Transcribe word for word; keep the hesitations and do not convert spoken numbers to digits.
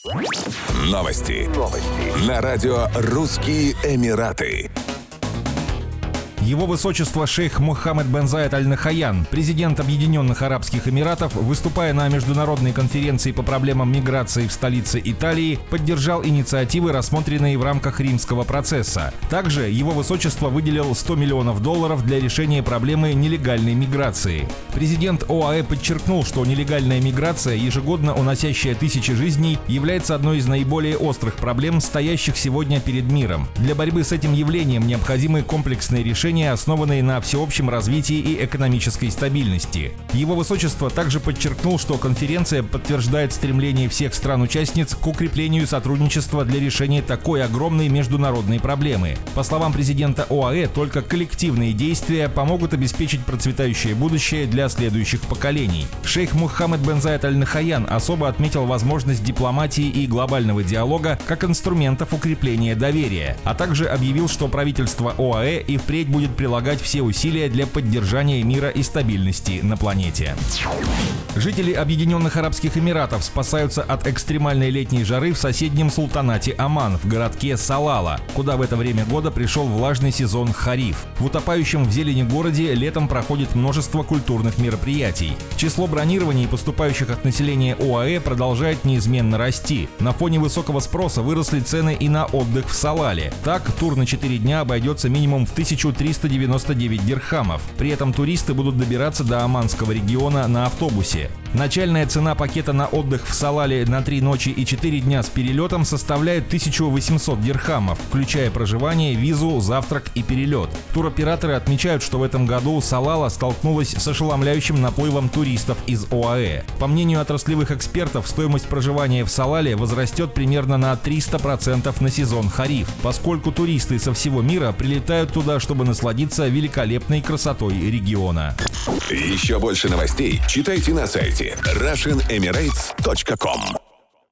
Новости. Новости. На радио «Русские Эмираты». Его высочество шейх Мухаммед бен Заид Аль Нахаян, президент Объединенных Арабских Эмиратов, выступая на международной конференции по проблемам миграции в столице Италии, поддержал инициативы, рассмотренные в рамках римского процесса. Также его высочество выделил сто миллионов долларов для решения проблемы нелегальной миграции. Президент ОАЭ подчеркнул, что нелегальная миграция, ежегодно уносящая тысячи жизней, является одной из наиболее острых проблем, стоящих сегодня перед миром. Для борьбы с этим явлением необходимы комплексные решения, основанные на всеобщем развитии и экономической стабильности. Его высочество также подчеркнул, что конференция подтверждает стремление всех стран-участниц к укреплению сотрудничества для решения такой огромной международной проблемы. По словам президента ОАЭ, только коллективные действия помогут обеспечить процветающее будущее для следующих поколений. Шейх Мухаммед бен Заид Аль Нахаян особо отметил возможность дипломатии и глобального диалога как инструментов укрепления доверия, а также объявил, что правительство ОАЭ и впредь будет прилагать все усилия для поддержания мира и стабильности на планете. Жители Объединенных Арабских Эмиратов спасаются от экстремальной летней жары в соседнем султанате Оман, в городке Салала, куда в это время года пришел влажный сезон хариф. В утопающем в зелени городе летом проходит множество культурных мероприятий. Число бронирований, поступающих от населения ОАЭ, продолжает неизменно расти. На фоне высокого спроса выросли цены и на отдых в Салале. Так, тур на четыре дня обойдется минимум в тысячу триста девяносто девять дирхамов. При этом туристы будут добираться до Оманского региона на автобусе. Начальная цена пакета на отдых в Салале на три ночи и четыре дня с перелетом составляет тысячу восемьсот дирхамов, включая проживание, визу, завтрак и перелет. Туроператоры отмечают, что в этом году Салала столкнулась с ошеломляющим наплывом туристов из ОАЭ. По мнению отраслевых экспертов, стоимость проживания в Салале возрастет примерно на триста процентов на сезон хариф, поскольку туристы со всего мира прилетают туда, чтобы насладиться великолепной красотой региона. Еще больше новостей читайте на сайте Russian Emirates точка ком.